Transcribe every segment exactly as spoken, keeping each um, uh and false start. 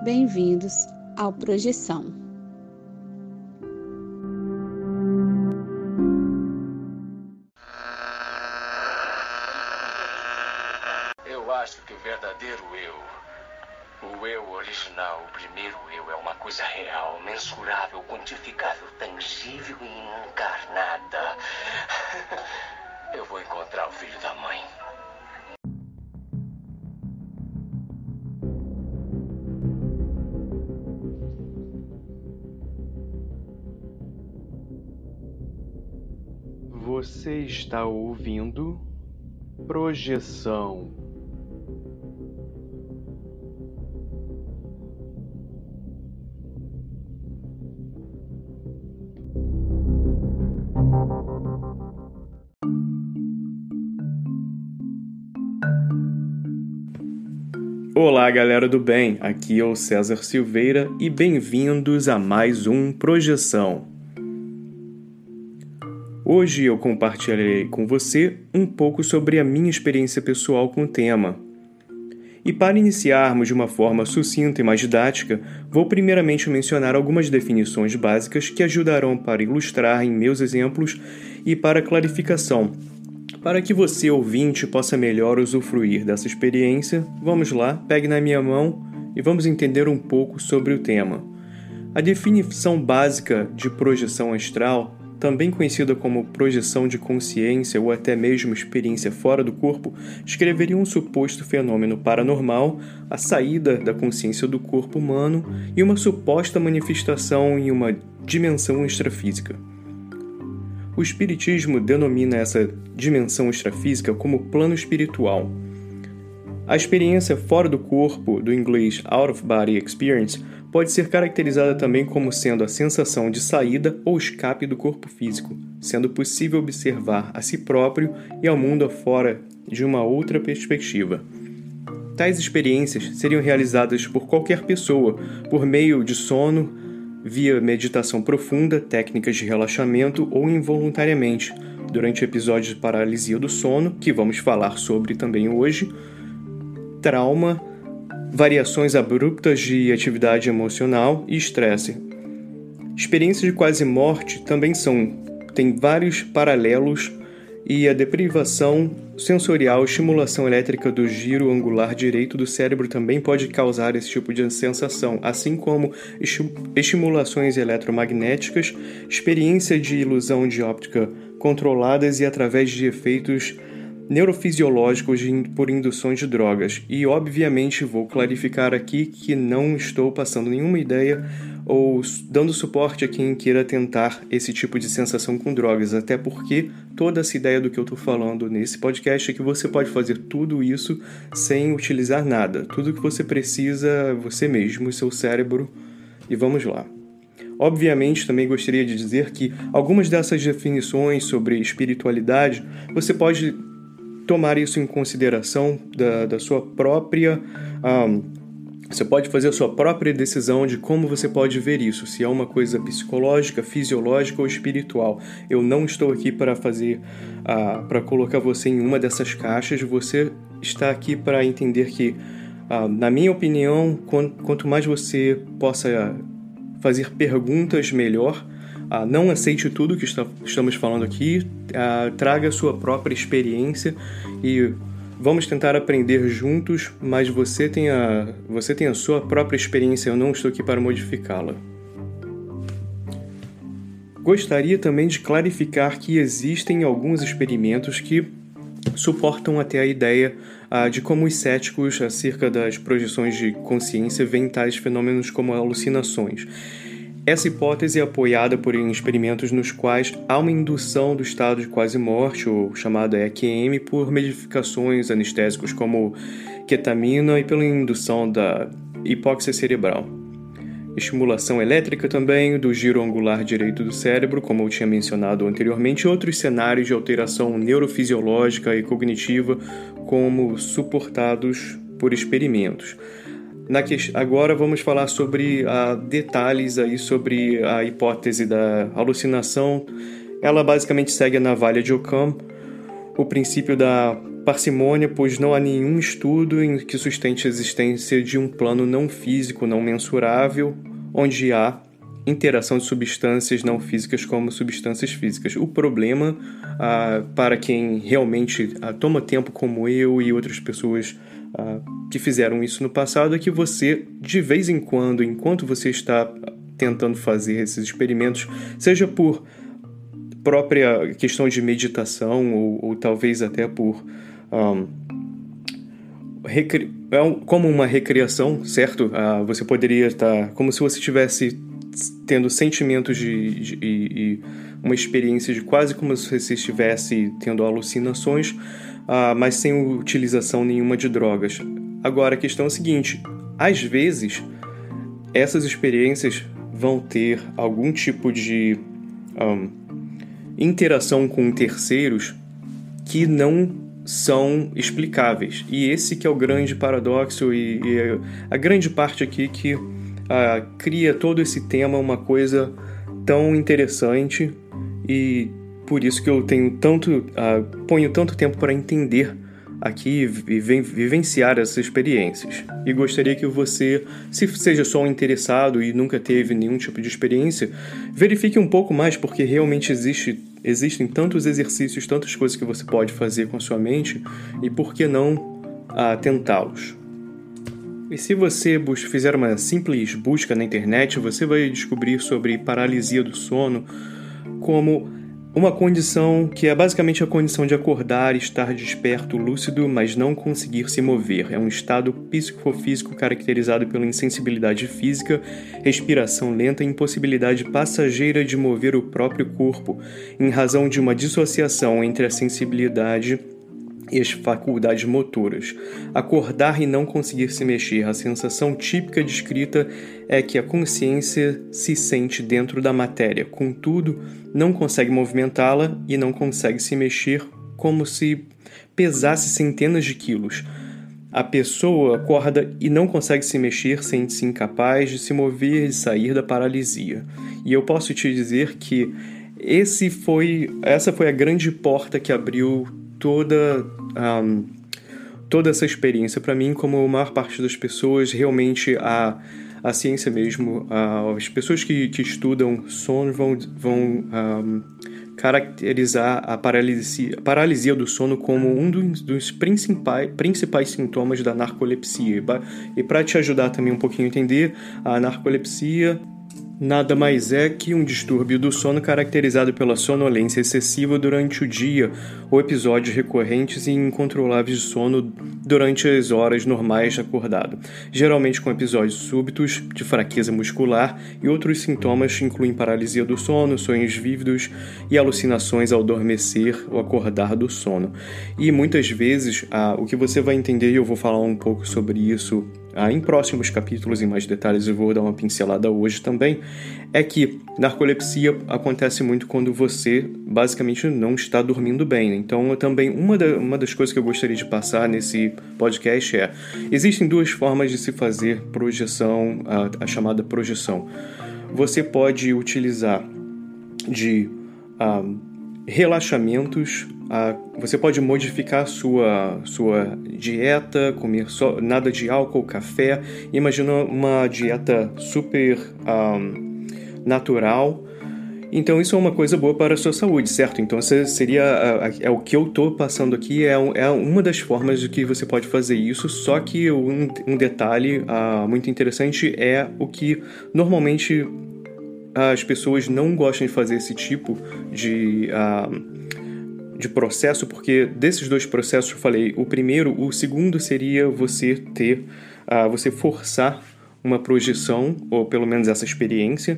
bem-vindos ao Projeção. Eu acho que o verdadeiro eu, o eu original, o primeiro eu, é uma coisa real, mensurável, quantificável, tangível e encarnada. Eu vou encontrar o filho da mãe. Você está ouvindo Projeção. Olá, galera do bem, aqui é o César Silveira e bem-vindos a mais um Projeção. Hoje eu compartilharei com você um pouco sobre a minha experiência pessoal com o tema. E para iniciarmos de uma forma sucinta e mais didática, vou primeiramente mencionar algumas definições básicas que ajudarão para ilustrar em meus exemplos e para clarificação. Para que você, ouvinte, possa melhor usufruir dessa experiência, vamos lá, pegue na minha mão e vamos entender um pouco sobre o tema. A definição básica de projeção astral, também conhecida como projeção de consciência ou até mesmo experiência fora do corpo, descreveria um suposto fenômeno paranormal, a saída da consciência do corpo humano e uma suposta manifestação em uma dimensão extrafísica. O Espiritismo denomina essa dimensão extrafísica como plano espiritual. A experiência fora do corpo, do inglês Out of Body Experience, pode ser caracterizada também como sendo a sensação de saída ou escape do corpo físico, sendo possível observar a si próprio e ao mundo afora de uma outra perspectiva. Tais experiências seriam realizadas por qualquer pessoa, por meio de sono, via meditação profunda, técnicas de relaxamento ou involuntariamente, durante episódios de paralisia do sono, que vamos falar sobre também hoje, trauma, variações abruptas de atividade emocional e estresse. Experiências de quase morte também são, têm vários paralelos e a deprivação sensorial, estimulação elétrica do giro angular direito do cérebro também pode causar esse tipo de sensação, assim como estimulações eletromagnéticas, experiência de ilusão de óptica controladas e através de efeitos neurofisiológicos por induções de drogas. E, obviamente, vou clarificar aqui que não estou passando nenhuma ideia ou dando suporte a quem queira tentar esse tipo de sensação com drogas, até porque toda essa ideia do que eu estou falando nesse podcast é que você pode fazer tudo isso sem utilizar nada. Tudo que você precisa é você mesmo, seu cérebro, e vamos lá. Obviamente, também gostaria de dizer que algumas dessas definições sobre espiritualidade, você pode tomar isso em consideração da, da sua própria... Um, você pode fazer a sua própria decisão de como você pode ver isso, se é uma coisa psicológica, fisiológica ou espiritual. Eu não estou aqui para fazer, uh, para colocar você em uma dessas caixas. Você está aqui para entender que, uh, na minha opinião, quanto, quanto mais você possa fazer perguntas, melhor. Uh, não aceite tudo que está, estamos falando aqui, uh, traga a sua própria experiência e vamos tentar aprender juntos, mas você tem, a, você tem a sua própria experiência, eu não estou aqui para modificá-la. Gostaria também de clarificar que existem alguns experimentos que suportam até a ideia uh, de como os céticos acerca das projeções de consciência veem tais fenômenos como alucinações. Essa hipótese é apoiada por experimentos nos quais há uma indução do estado de quase morte, ou chamada E Q M, por medicações anestésicos como ketamina e pela indução da hipóxia cerebral. Estimulação elétrica também do giro angular direito do cérebro, como eu tinha mencionado anteriormente, e outros cenários de alteração neurofisiológica e cognitiva, como suportados por experimentos. Na que... Agora vamos falar sobre uh, detalhes aí sobre a hipótese da alucinação. Ela basicamente segue a navalha de Occam, o princípio da parcimônia, pois não há nenhum estudo em que sustente a existência de um plano não físico, não mensurável, onde há interação de substâncias não físicas como substâncias físicas. O problema, ah, para quem realmente ah, toma tempo como eu e outras pessoas ah, que fizeram isso no passado, é que você, de vez em quando, enquanto você está tentando fazer esses experimentos, seja por própria questão de meditação ou, ou talvez até por um, recri... como uma recriação, certo? Uh, você poderia estar como se você estivesse tendo sentimentos de, de, de, de uma experiência de quase como se você estivesse tendo alucinações, uh, mas sem utilização nenhuma de drogas. Agora, a questão é a seguinte: às vezes essas experiências vão ter algum tipo de um, interação com terceiros que não são explicáveis. E esse que é o grande paradoxo e, e a grande parte aqui que uh, cria todo esse tema uma coisa tão interessante, e por isso que eu tenho tanto, uh, ponho tanto tempo para entender aqui e vivenciar essas experiências. E gostaria que você, se seja só um interessado e nunca teve nenhum tipo de experiência, verifique um pouco mais, porque realmente existe, existem tantos exercícios, tantas coisas que você pode fazer com a sua mente, e por que não ah, tentá-los? E se você bus- fizer uma simples busca na internet, você vai descobrir sobre paralisia do sono como uma condição que é basicamente a condição de acordar, estar desperto, lúcido, mas não conseguir se mover. É um estado psicofísico caracterizado pela insensibilidade física, respiração lenta e impossibilidade passageira de mover o próprio corpo, em razão de uma dissociação entre a sensibilidade e as faculdades motoras. Acordar e não conseguir se mexer. A sensação típica descrita é que a consciência se sente dentro da matéria, contudo, não consegue movimentá-la e não consegue se mexer, como se pesasse centenas de quilos. A pessoa acorda e não consegue se mexer, sente-se incapaz de se mover e sair da paralisia. E eu posso te dizer que esse foi, essa foi a grande porta que abriu toda, um, toda essa experiência para mim, como a maior parte das pessoas, realmente a, a ciência mesmo, a, as pessoas que, que estudam sono vão, vão um, caracterizar a paralisia, a paralisia do sono como um dos, dos principais, principais sintomas da narcolepsia. E para te ajudar também um pouquinho a entender, a narcolepsia nada mais é que um distúrbio do sono caracterizado pela sonolência excessiva durante o dia ou episódios recorrentes e incontroláveis de sono durante as horas normais acordado, geralmente com episódios súbitos de fraqueza muscular, e outros sintomas incluem paralisia do sono, sonhos vívidos e alucinações ao adormecer ou acordar do sono. E muitas vezes, ah, o que você vai entender, e eu vou falar um pouco sobre isso Ah, em próximos capítulos, em mais detalhes, eu vou dar uma pincelada hoje também, é que narcolepsia acontece muito quando você basicamente não está dormindo bem. Então, também, uma, da, uma das coisas que eu gostaria de passar nesse podcast é: existem duas formas de se fazer projeção, a, a chamada projeção. Você pode utilizar de ah, relaxamentos. Ah, você pode modificar sua, sua dieta, comer só, nada de álcool, café. Imagina uma dieta super um, natural. Então isso é uma coisa boa para a sua saúde, certo? Então seria é o que eu estou passando aqui, é, é uma das formas de que você pode fazer isso. Só que um, um detalhe uh, muito interessante é o que normalmente as pessoas não gostam de fazer esse tipo de uh, de processo, porque desses dois processos eu falei, o primeiro, o segundo seria você ter, uh, você forçar uma projeção, ou pelo menos essa experiência,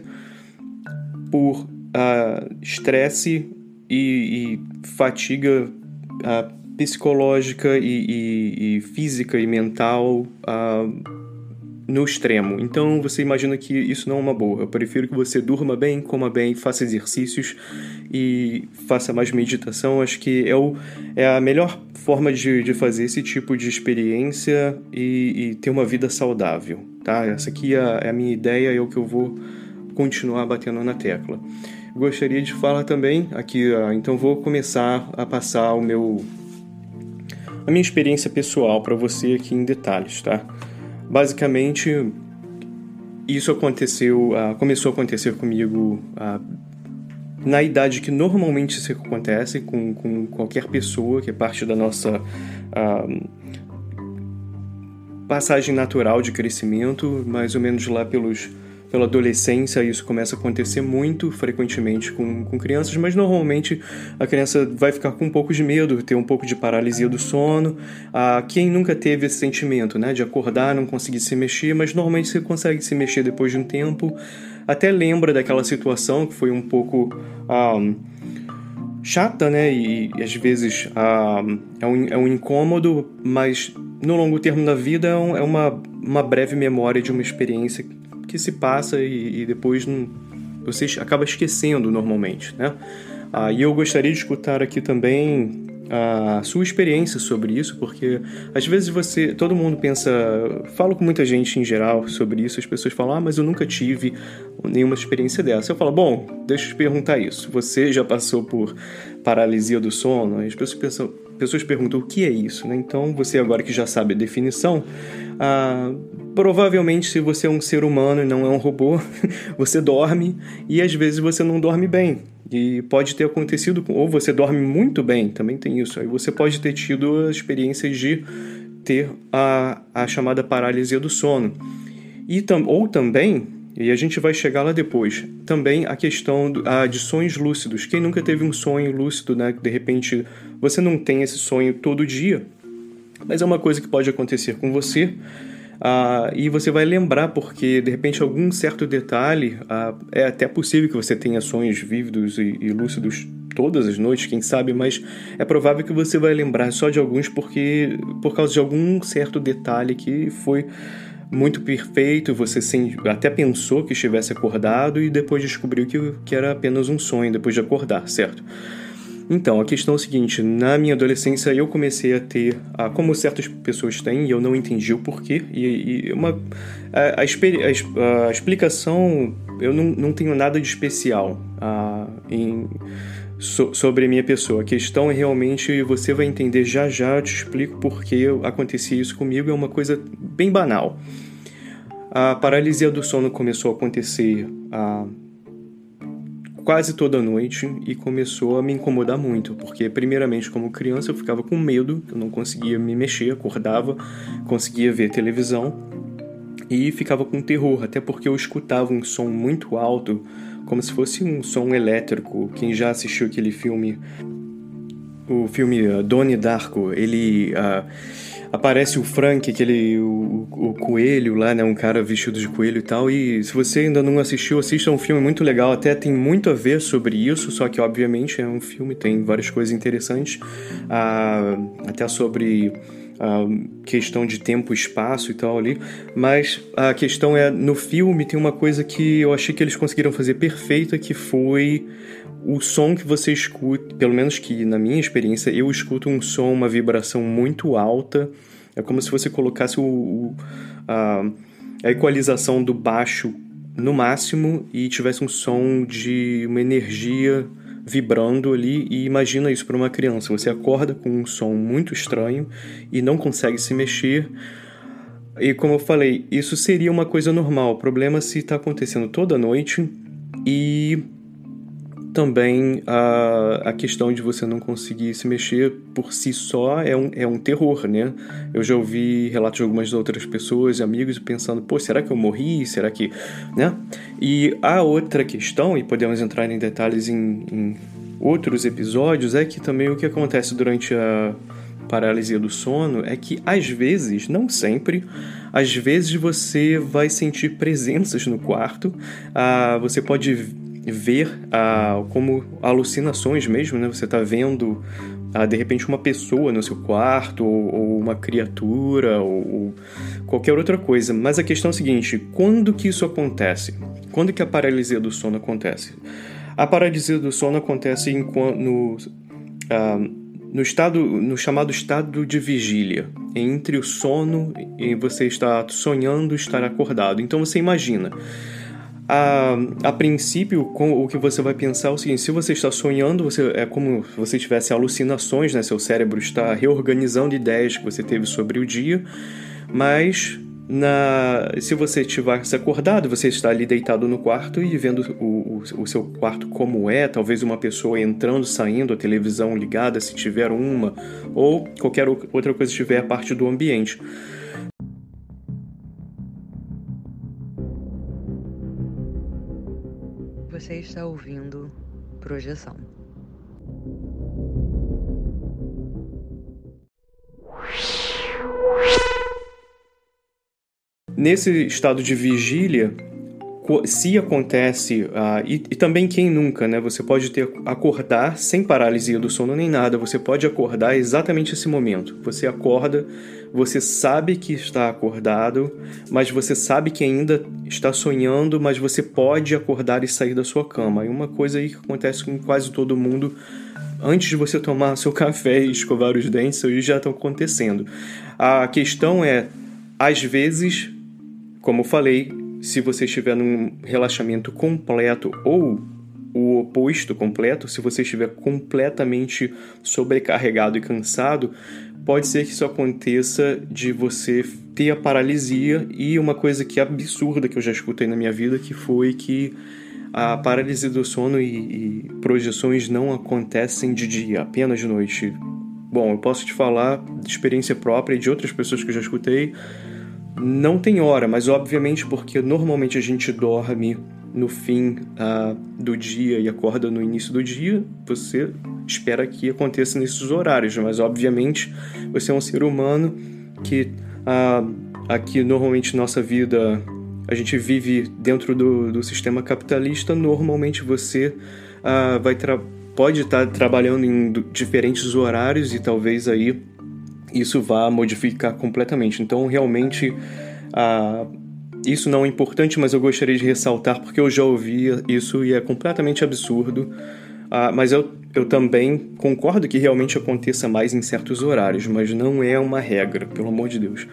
por estresse uh, e, e fatiga uh, psicológica e, e, e física e mental uh, no extremo. Então você imagina que isso não é uma boa. Eu prefiro que você durma bem, coma bem, faça exercícios e faça mais meditação. Acho que é, o, é a melhor forma de, de fazer esse tipo de experiência e, e ter uma vida saudável, tá? Essa aqui é a, é a minha ideia e é o que eu vou continuar batendo na tecla. Gostaria de falar também aqui, então vou começar a passar o meu a minha experiência pessoal para você aqui em detalhes, tá? Basicamente, isso aconteceu, uh, começou a acontecer comigo uh, na idade que normalmente isso acontece com, com qualquer pessoa, que é parte da nossa uh, passagem natural de crescimento, mais ou menos lá pelos, pela adolescência. Isso começa a acontecer muito frequentemente com, com crianças, mas normalmente a criança vai ficar com um pouco de medo, ter um pouco de paralisia do sono. Ah, quem nunca teve esse sentimento, né, de acordar, não conseguir se mexer, mas normalmente você consegue se mexer depois de um tempo, até lembra daquela situação que foi um pouco ah, chata, né, e, e às vezes ah, é, um, é um incômodo, mas no longo termo da vida é, um, é uma, uma breve memória de uma experiência que se passa e, e depois não, você acaba esquecendo normalmente, né? Ah, e eu gostaria de escutar aqui também a sua experiência sobre isso, porque às vezes você, todo mundo pensa, falo com muita gente em geral sobre isso, as pessoas falam, ah, mas eu nunca tive nenhuma experiência dessa. Eu falo, bom, deixa eu te perguntar isso, você já passou por paralisia do sono? As pessoas pensam, pessoas perguntam o que é isso, né? Então você agora que já sabe a definição, ah, provavelmente se você é um ser humano e não é um robô, você dorme e às vezes você não dorme bem. E pode ter acontecido, ou você dorme muito bem, também tem isso. Aí você pode ter tido a experiência de ter a, a chamada paralisia do sono. E tam, ou também, e a gente vai chegar lá depois, também a questão do, a, de sonhos lúcidos. Quem nunca teve um sonho lúcido, né? De repente você não tem esse sonho todo dia, mas é uma coisa que pode acontecer com você. Uh, e você vai lembrar porque, de repente, algum certo detalhe, uh, é até possível que você tenha sonhos vívidos e, e lúcidos todas as noites, quem sabe, mas é provável que você vai lembrar só de alguns porque, por causa de algum certo detalhe que foi muito perfeito, você sem, até pensou que estivesse acordado e depois descobriu que, que era apenas um sonho depois de acordar, certo? Então, a questão é a seguinte, na minha adolescência eu comecei a ter, ah, como certas pessoas têm, e eu não entendi o porquê, e, e uma, a, a, a, a explicação, eu não, não tenho nada de especial ah, em, so, sobre a minha pessoa. A questão é realmente, você vai entender já já, eu te explico porquê acontecia isso comigo, é uma coisa bem banal. A paralisia do sono começou a acontecer ah, quase toda noite e começou a me incomodar muito, porque primeiramente como criança eu ficava com medo, eu não conseguia me mexer, acordava, conseguia ver televisão e ficava com terror, até porque eu escutava um som muito alto, como se fosse um som elétrico. Quem já assistiu aquele filme, o filme uh, Donnie Darko, ele... Uh, aparece o Frank, aquele, o, o coelho lá, né? Um cara vestido de coelho e tal. E se você ainda não assistiu, assista, é um filme muito legal. Até tem muito a ver sobre isso, só que obviamente é um filme, tem várias coisas interessantes. Ah, até sobre a questão de tempo e espaço e tal ali. Mas a questão é, no filme tem uma coisa que eu achei que eles conseguiram fazer perfeita, que foi o som que você escuta, pelo menos que na minha experiência, eu escuto um som, uma vibração muito alta. É como se você colocasse o, o, a, a equalização do baixo no máximo e tivesse um som de uma energia vibrando ali. E imagina isso para uma criança. Você acorda com um som muito estranho e não consegue se mexer. E como eu falei, isso seria uma coisa normal. O problema é se está acontecendo toda noite e... também a, a questão de você não conseguir se mexer por si só é um, é um terror, né? Eu já ouvi relatos de algumas outras pessoas, amigos, pensando, pô, será que eu morri? Será que... né? E a outra questão, e podemos entrar em detalhes em, em outros episódios, é que também o que acontece durante a paralisia do sono é que, às vezes, não sempre, às vezes você vai sentir presenças no quarto, ah, você pode... ver ah, como alucinações mesmo, né? Você está vendo ah, de repente uma pessoa no seu quarto ou, ou uma criatura ou, ou qualquer outra coisa. Mas a questão é a seguinte, quando que isso acontece? Quando que a paralisia do sono acontece? A paralisia do sono acontece em, no, ah, no, estado, no chamado estado de vigília, entre o sono e você está sonhando estar acordado. Então você imagina, A, a princípio, com, o que você vai pensar é o seguinte: se você está sonhando, você, é como se você tivesse alucinações, né? Seu cérebro está reorganizando ideias que você teve sobre o dia, mas na, se você tivesse acordado, você está ali deitado no quarto e vendo o, o, o seu quarto como é, talvez uma pessoa entrando, saindo, a televisão ligada, se tiver uma, ou qualquer outra coisa que estiver a parte do ambiente. Você está ouvindo Projeção. Nesse estado de vigília, se acontece, uh, e, e também quem nunca, né? Você pode ter, acordar sem paralisia do sono nem nada, você pode acordar exatamente esse momento. Você acorda, você sabe que está acordado, mas você sabe que ainda está sonhando, mas você pode acordar e sair da sua cama. E uma coisa aí que acontece com quase todo mundo, antes de você tomar seu café e escovar os dentes, isso aí já está acontecendo. A questão é, às vezes, como eu falei, se você estiver num relaxamento completo ou o oposto completo, se você estiver completamente sobrecarregado e cansado, pode ser que isso aconteça de você ter a paralisia. E uma coisa que é absurda que eu já escutei na minha vida, que foi que a paralisia do sono e, e projeções não acontecem de dia, apenas de noite. Bom, eu posso te falar de experiência própria e de outras pessoas que eu já escutei. Não tem hora, mas obviamente porque normalmente a gente dorme no fim uh, do dia e acorda no início do dia, você espera que aconteça nesses horários, mas obviamente você é um ser humano que uh, aqui normalmente nossa vida, a gente vive dentro do, do sistema capitalista, normalmente você uh, vai tra- pode estar trabalhando em diferentes horários e talvez aí isso vai modificar completamente. Então, realmente, uh, isso não é importante, mas eu gostaria de ressaltar porque eu já ouvi isso e é completamente absurdo. Uh, mas eu, eu também concordo que realmente aconteça mais em certos horários, mas não é uma regra, pelo amor de Deus.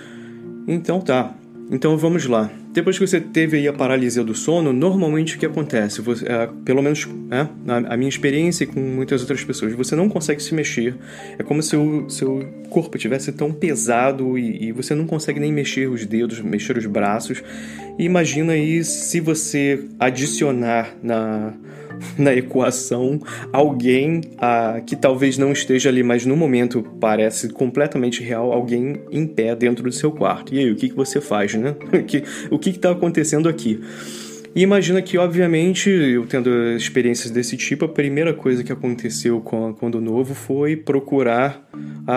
Então tá. Então vamos lá. Depois que você teve aí a paralisia do sono, normalmente o que acontece? Você, é, pelo menos é, a, a minha experiência e com muitas outras pessoas, você não consegue se mexer. É como se o seu corpo estivesse tão pesado e, e você não consegue nem mexer os dedos, mexer os braços. E imagina aí se você adicionar na... na equação alguém ah, que talvez não esteja ali, mas no momento parece completamente real, alguém em pé dentro do seu quarto. E aí, o que, que você faz, né? O que está acontecendo aqui? E imagina que, obviamente, eu tendo experiências desse tipo, a primeira coisa que aconteceu com, com o novo foi procurar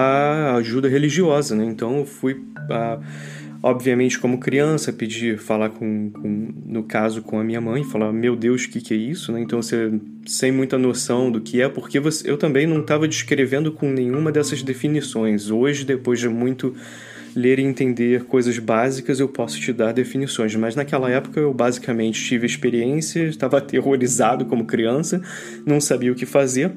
a ajuda religiosa, né? Então, eu fui... Ah, obviamente, como criança, pedi falar com, com, no caso, com a minha mãe, falar, meu Deus, o que, que é isso? Né? Então, você, sem muita noção do que é, porque você, eu também não estava descrevendo com nenhuma dessas definições. Hoje, depois de muito ler e entender coisas básicas, eu posso te dar definições. Mas naquela época, eu basicamente tive experiência, estava aterrorizado como criança, não sabia o que fazer.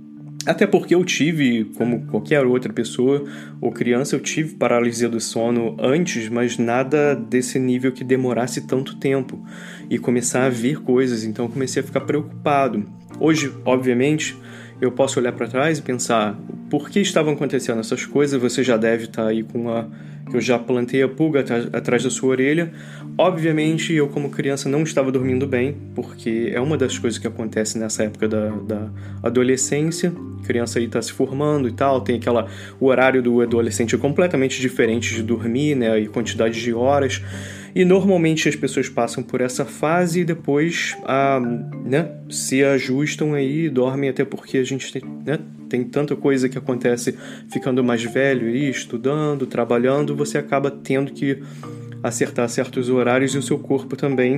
Até porque eu tive, como qualquer outra pessoa ou criança, eu tive paralisia do sono antes, mas nada desse nível que demorasse tanto tempo e começar a ver coisas, então eu comecei a ficar preocupado. Hoje, obviamente, eu posso olhar para trás e pensar por que estavam acontecendo essas coisas, você já deve estar aí com a... eu já plantei a pulga atrás, atrás da sua orelha. Obviamente, eu como criança não estava dormindo bem, porque é uma das coisas que acontece nessa época da, da adolescência. A criança aí está se formando e tal, tem aquela... o horário do adolescente é completamente diferente de dormir, né, e quantidade de horas. E normalmente as pessoas passam por essa fase e depois ah, né, se ajustam aí, dormem, até porque a gente tem, né, tem tanta coisa que acontece ficando mais velho e estudando, trabalhando, você acaba tendo que acertar certos horários e o seu corpo também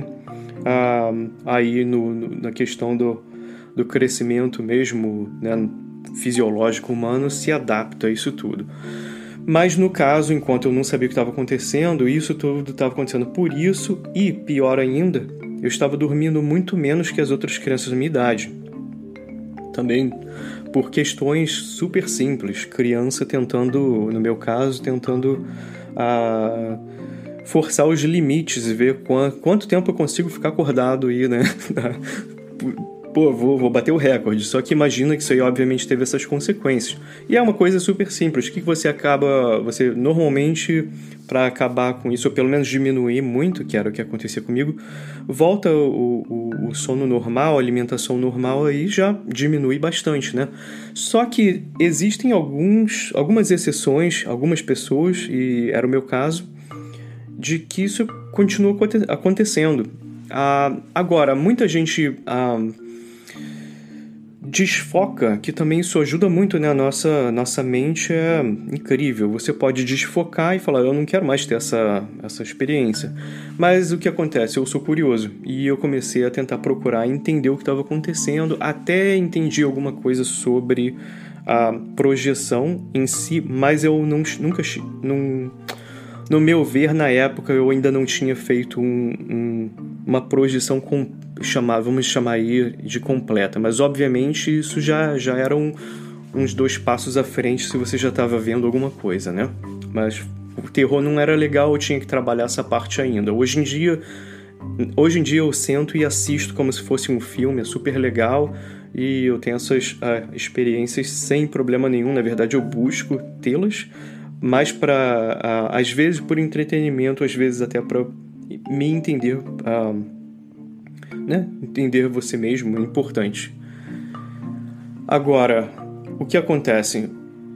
ah, aí no, no, na questão do, do crescimento mesmo, né, fisiológico humano se adapta a isso tudo. Mas no caso, enquanto eu não sabia o que estava acontecendo, isso tudo estava acontecendo por isso e, pior ainda, eu estava dormindo muito menos que as outras crianças da minha idade. Também por questões super simples. Criança tentando, no meu caso, tentando ah, forçar os limites e ver quanto, quanto tempo eu consigo ficar acordado aí, né? Pô, vou, vou bater o recorde. Só que imagina que isso aí obviamente teve essas consequências. E é uma coisa super simples. O que você acaba... Você normalmente, para acabar com isso, ou pelo menos diminuir muito, que era o que acontecia comigo, volta o, o, o sono normal, a alimentação normal, aí já diminui bastante, né? Só que existem alguns, algumas exceções, algumas pessoas, e era o meu caso, de que isso continua acontecendo. Ah, agora, muita gente... Ah, desfoca, que também isso ajuda muito, né? A nossa, nossa mente é incrível. Você pode desfocar e falar, eu não quero mais ter essa, essa experiência. Mas o que acontece? Eu sou curioso e eu comecei a tentar procurar entender o que estava acontecendo, até entendi alguma coisa sobre a projeção em si, mas eu não, nunca... Não, no meu ver, na época, eu ainda não tinha feito um, um, uma projeção com, chamar, vamos chamar aí de completa, mas obviamente isso já, já era um, uns dois passos à frente se você já estava vendo alguma coisa, né? Mas o terror não era legal, eu tinha que trabalhar essa parte ainda. Hoje em dia, hoje em dia eu sento e assisto como se fosse um filme, é super legal, e eu tenho essas uh, experiências sem problema nenhum. Na verdade, eu busco tê-las, mas para, uh, às vezes por entretenimento, às vezes até para me entender, uh, né? Entender você mesmo é importante. Agora, o que acontece?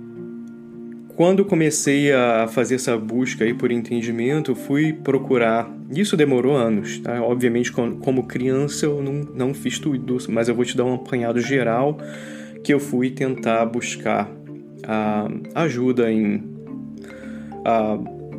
Quando comecei a fazer essa busca aí por entendimento, fui procurar... Isso demorou anos, tá? Obviamente, como criança, eu não, não fiz tudo, mas eu vou te dar um apanhado geral, que eu fui tentar buscar uh, ajuda em... a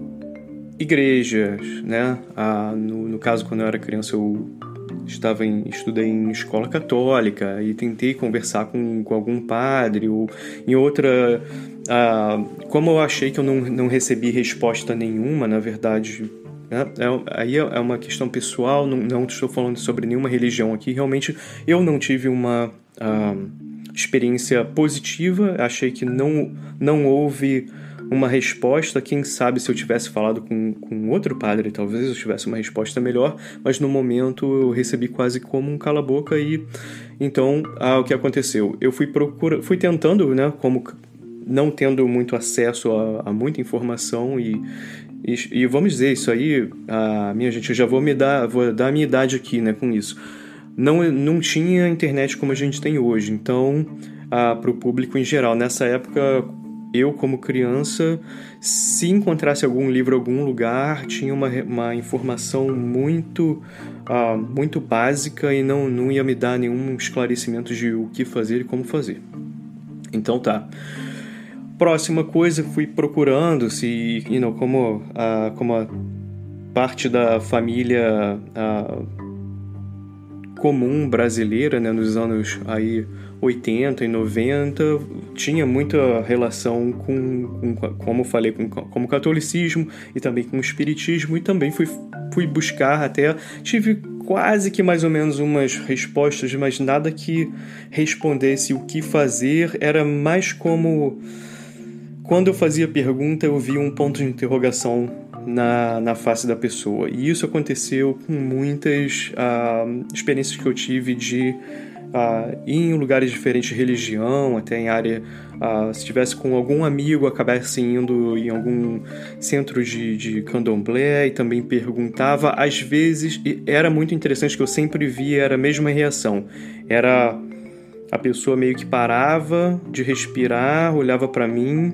igrejas, né? A, no, no caso, quando eu era criança, eu estava em, estudei em escola católica e tentei conversar com, com algum padre, ou em outra... A, como eu achei que eu não, não recebi resposta nenhuma, na verdade... Né? É, aí é uma questão pessoal, não, não estou falando sobre nenhuma religião aqui. Realmente, eu não tive uma a, experiência positiva, achei que não, não houve... uma resposta. Quem sabe se eu tivesse falado com, com outro padre, talvez eu tivesse uma resposta melhor, mas no momento eu recebi quase como um cala-boca. E então, ah, o que aconteceu? Eu fui procura, fui tentando, né, como não tendo muito acesso a, a muita informação e, e, e vamos dizer, isso aí, a minha gente, eu já vou me dar, vou dar a minha idade aqui, né, com isso. Não, não tinha internet como a gente tem hoje, então, ah, para o público em geral, nessa época... Eu, como criança, se encontrasse algum livro em algum lugar, tinha uma, uma informação muito, uh, muito básica e não, não ia me dar nenhum esclarecimento de o que fazer e como fazer. Então tá. Próxima coisa, fui procurando se, you know, como, uh, como a parte da família uh, comum brasileira, né, nos anos aí oitenta e noventa, tinha muita relação com, com como eu falei, com, com o catolicismo e também com o espiritismo, e também fui, fui buscar até, tive quase que mais ou menos umas respostas, mas nada que respondesse o que fazer, era mais como, quando eu fazia pergunta, eu via um ponto de interrogação na, na face da pessoa, e isso aconteceu com muitas uh, experiências que eu tive de Uh, ir em lugares diferentes de religião, até em área, uh, se estivesse com algum amigo, acabasse indo em algum centro de, de candomblé e também perguntava, às vezes, e era muito interessante que eu sempre via, era a mesma reação, era a pessoa meio que parava de respirar, olhava para mim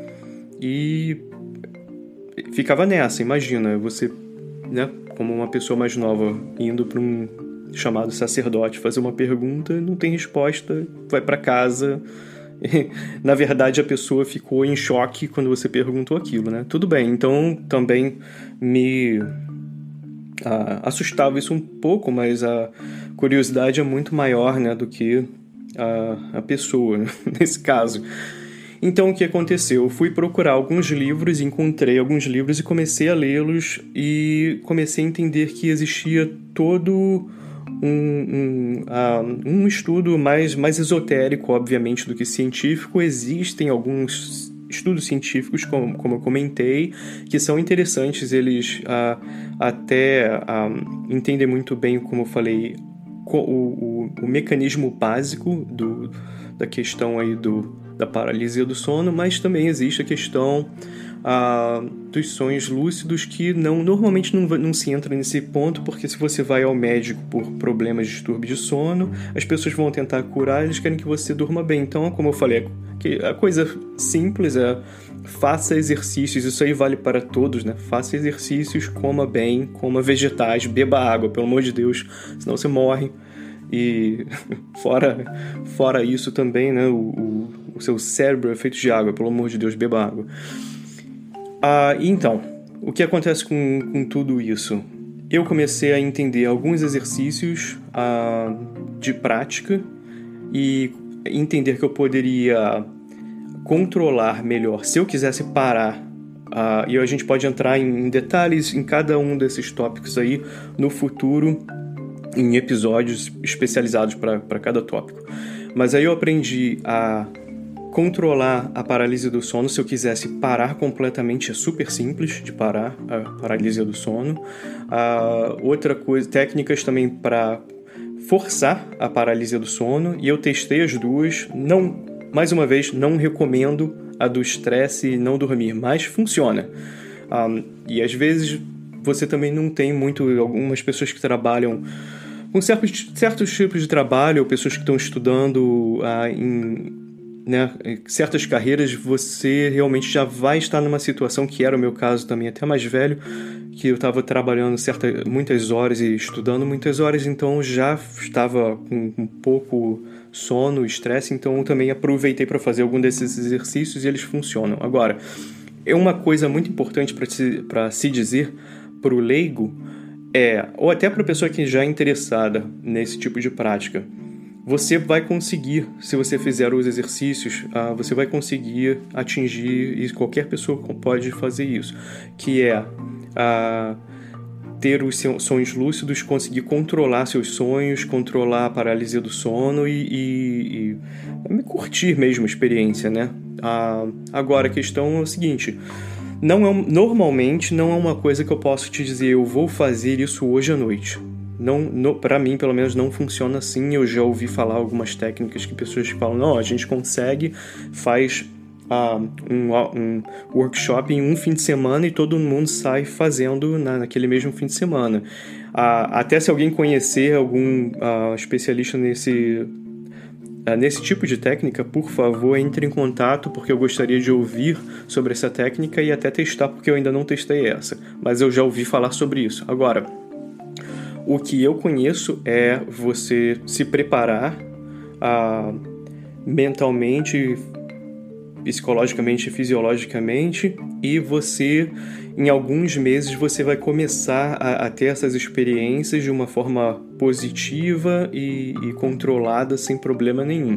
e ficava nessa. Imagina, você, né, como uma pessoa mais nova, indo para um chamado sacerdote, fazer uma pergunta, não tem resposta, vai para casa. Na verdade, a pessoa ficou em choque quando você perguntou aquilo, né? Tudo bem, então também me ah, assustava isso um pouco, mas a curiosidade é muito maior, né, do que a, a pessoa, né? Nesse caso. Então, o que aconteceu? Eu fui procurar alguns livros, encontrei alguns livros e comecei a lê-los e comecei a entender que existia todo... Um, um, uh, um estudo mais, mais esotérico, obviamente, do que científico. Existem alguns estudos científicos, como, como eu comentei, que são interessantes. Eles ah, até ah, entendem muito bem, como eu falei, o, o, o mecanismo básico do, da questão aí do, da paralisia do sono, mas também existe a questão ah, dos sonhos lúcidos, que não, normalmente não, não se entra nesse ponto, porque se você vai ao médico por problemas de distúrbio de sono, as pessoas vão tentar curar, eles querem que você durma bem. Então, como eu falei, a coisa simples é: faça exercícios. Isso aí vale para todos, né? Faça exercícios, coma bem, coma vegetais, beba água, pelo amor de Deus, senão você morre. E fora, fora isso também, né? O, o, o seu cérebro é feito de água, pelo amor de Deus, beba água. Ah, então, o que acontece com, com tudo isso? Eu comecei a entender alguns exercícios ah, de prática e entender que eu poderia controlar melhor se eu quisesse parar. Uh, e a gente pode entrar em, em detalhes em cada um desses tópicos aí no futuro, em episódios especializados para cada tópico. Mas aí eu aprendi a controlar a paralisia do sono. Se eu quisesse parar completamente, é super simples de parar a paralisia do sono. Uh, outra coisa, técnicas também para forçar a paralisia do sono, e eu testei as duas. Não, mais uma vez, não recomendo a do estresse e não dormir, mas funciona. Um, e às vezes você também não tem muito, algumas pessoas que trabalham com certos, certos tipos de trabalho, ou pessoas que estão estudando uh, em né, certas carreiras, você realmente já vai estar numa situação, que era o meu caso também, até mais velho, que eu estava trabalhando certa, muitas horas e estudando muitas horas, então já estava com um pouco sono, estresse, então eu também aproveitei para fazer algum desses exercícios e eles funcionam. Agora, é uma coisa muito importante para se, para se dizer para o leigo, é, ou até para a pessoa que já é interessada nesse tipo de prática: você vai conseguir, se você fizer os exercícios, uh, você vai conseguir atingir, e qualquer pessoa pode fazer isso, que é uh, ter os sonhos lúcidos, conseguir controlar seus sonhos, controlar a paralisia do sono e, e, e curtir mesmo a experiência, né? Uh, agora, a questão é o seguinte: não é, normalmente não é uma coisa que eu posso te dizer, eu vou fazer isso hoje à noite. Não, para mim, pelo menos, não funciona assim. Eu já ouvi falar algumas técnicas que pessoas falam: não, a gente consegue, faz uh, um, um workshop em um fim de semana e todo mundo sai fazendo na, naquele mesmo fim de semana. Uh, até se alguém conhecer algum uh, especialista nesse, uh, nesse tipo de técnica, por favor, entre em contato, porque eu gostaria de ouvir sobre essa técnica e até testar, porque eu ainda não testei essa, mas eu já ouvi falar sobre isso. Agora, o que eu conheço é você se preparar uh, mentalmente, psicologicamente e fisiologicamente, e você, em alguns meses, você vai começar a, a ter essas experiências de uma forma positiva e, e controlada, sem problema nenhum.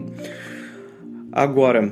Agora,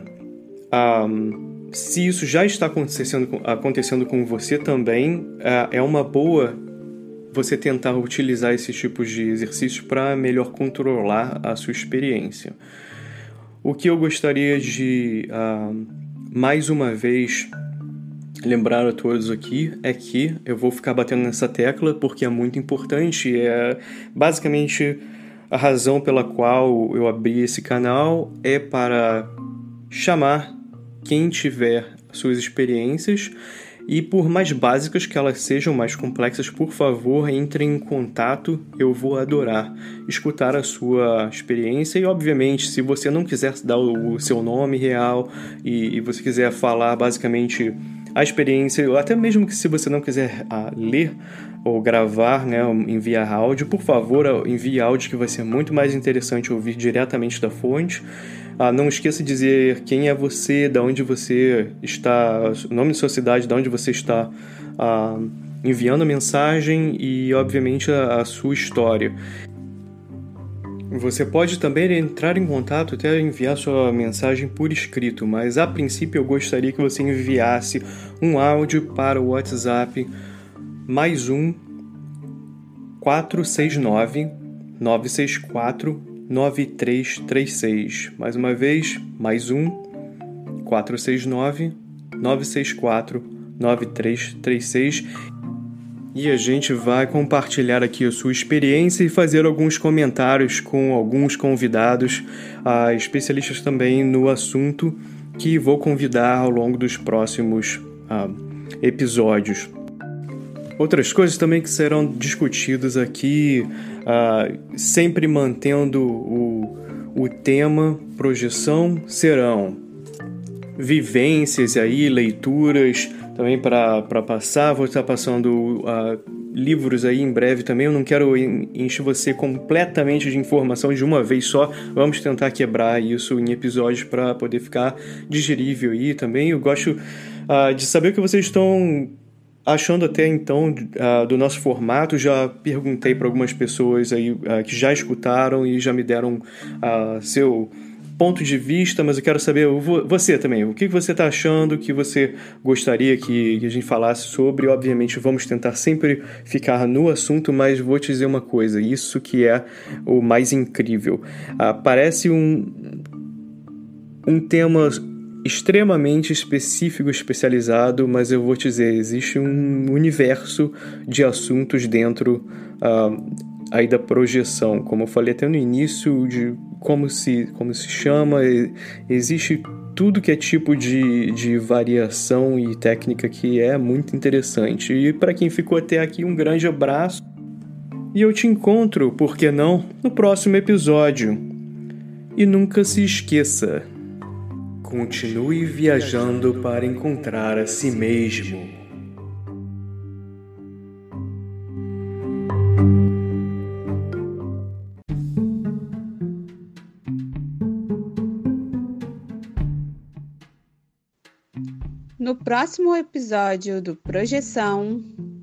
um, se isso já está acontecendo, acontecendo com você também, uh, é uma boa você tentar utilizar esses tipos de exercícios para melhor controlar a sua experiência. O que eu gostaria de, uh, mais uma vez, lembrar a todos aqui é que eu vou ficar batendo nessa tecla porque é muito importante. É basicamente a razão pela qual eu abri esse canal, é para chamar quem tiver suas experiências. E por mais básicas que elas sejam, mais complexas, por favor, entrem em contato. Eu vou adorar escutar a sua experiência. E, obviamente, se você não quiser dar o seu nome real e, e você quiser falar basicamente a experiência, ou até mesmo que se você não quiser ah, ler ou gravar, né, enviar áudio, por favor, envie áudio, que vai ser muito mais interessante ouvir diretamente da fonte. Ah, não esqueça de dizer quem é você, de onde você está, o nome de sua cidade, de onde você está ah, enviando a mensagem e, obviamente, a, a sua história. Você pode também entrar em contato, até enviar sua mensagem por escrito, mas a princípio eu gostaria que você enviasse um áudio para o WhatsApp mais um quatro seis nove, nove seis quatro, nove três três seis. Mais uma vez, mais um quatro seis nove, nove seis quatro, nove três três seis e a gente vai compartilhar aqui a sua experiência e fazer alguns comentários com alguns convidados, uh, especialistas também no assunto, que vou convidar ao longo dos próximos uh, episódios. Outras coisas também que serão discutidas aqui, uh, sempre mantendo o, o tema projeção, serão vivências aí, leituras também para passar. Vou estar passando uh, livros aí em breve também. Eu não quero encher você completamente de informação de uma vez só. Vamos tentar quebrar isso em episódios para poder ficar digerível aí também. Eu gosto uh, de saber o que vocês estão achando até então uh, do nosso formato. Já perguntei para algumas pessoas aí uh, que já escutaram e já me deram uh, seu ponto de vista, mas eu quero saber você também, o que você está achando, o que você gostaria que, que a gente falasse sobre. Obviamente vamos tentar sempre ficar no assunto, mas vou te dizer uma coisa, isso que é o mais incrível. Uh, parece um, um tema extremamente específico, especializado, mas eu vou te dizer, existe um universo de assuntos dentro uh, aí da projeção. Como eu falei até no início, de como se, como se chama, existe tudo que é tipo de, de variação e técnica que é muito interessante. E para quem ficou até aqui, um grande abraço. E eu te encontro, por que não, no próximo episódio. E nunca se esqueça, continue viajando para encontrar a si mesmo. No próximo episódio do Projeção...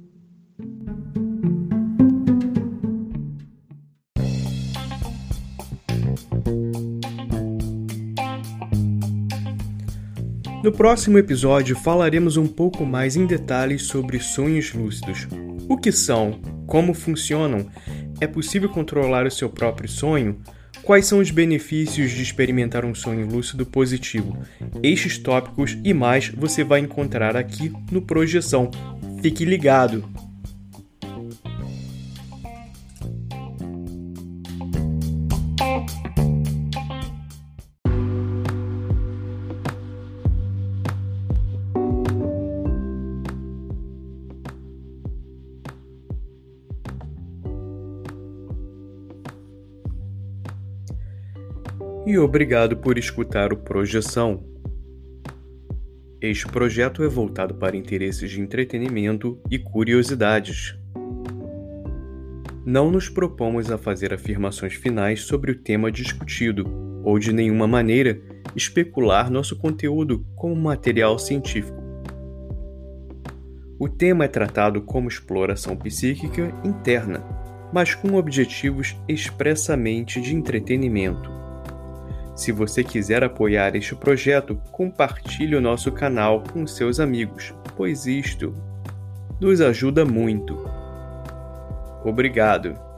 No próximo episódio falaremos um pouco mais em detalhes sobre sonhos lúcidos. O que são? Como funcionam? É possível controlar o seu próprio sonho? Quais são os benefícios de experimentar um sonho lúcido positivo? Estes tópicos e mais você vai encontrar aqui no Projeção. Fique ligado! E obrigado por escutar o Projeção. Este projeto é voltado para interesses de entretenimento e curiosidades. Não nos propomos a fazer afirmações finais sobre o tema discutido, ou de nenhuma maneira especular nosso conteúdo como material científico. O tema é tratado como exploração psíquica interna, mas com objetivos expressamente de entretenimento. Se você quiser apoiar este projeto, compartilhe o nosso canal com seus amigos, pois isto nos ajuda muito. Obrigado!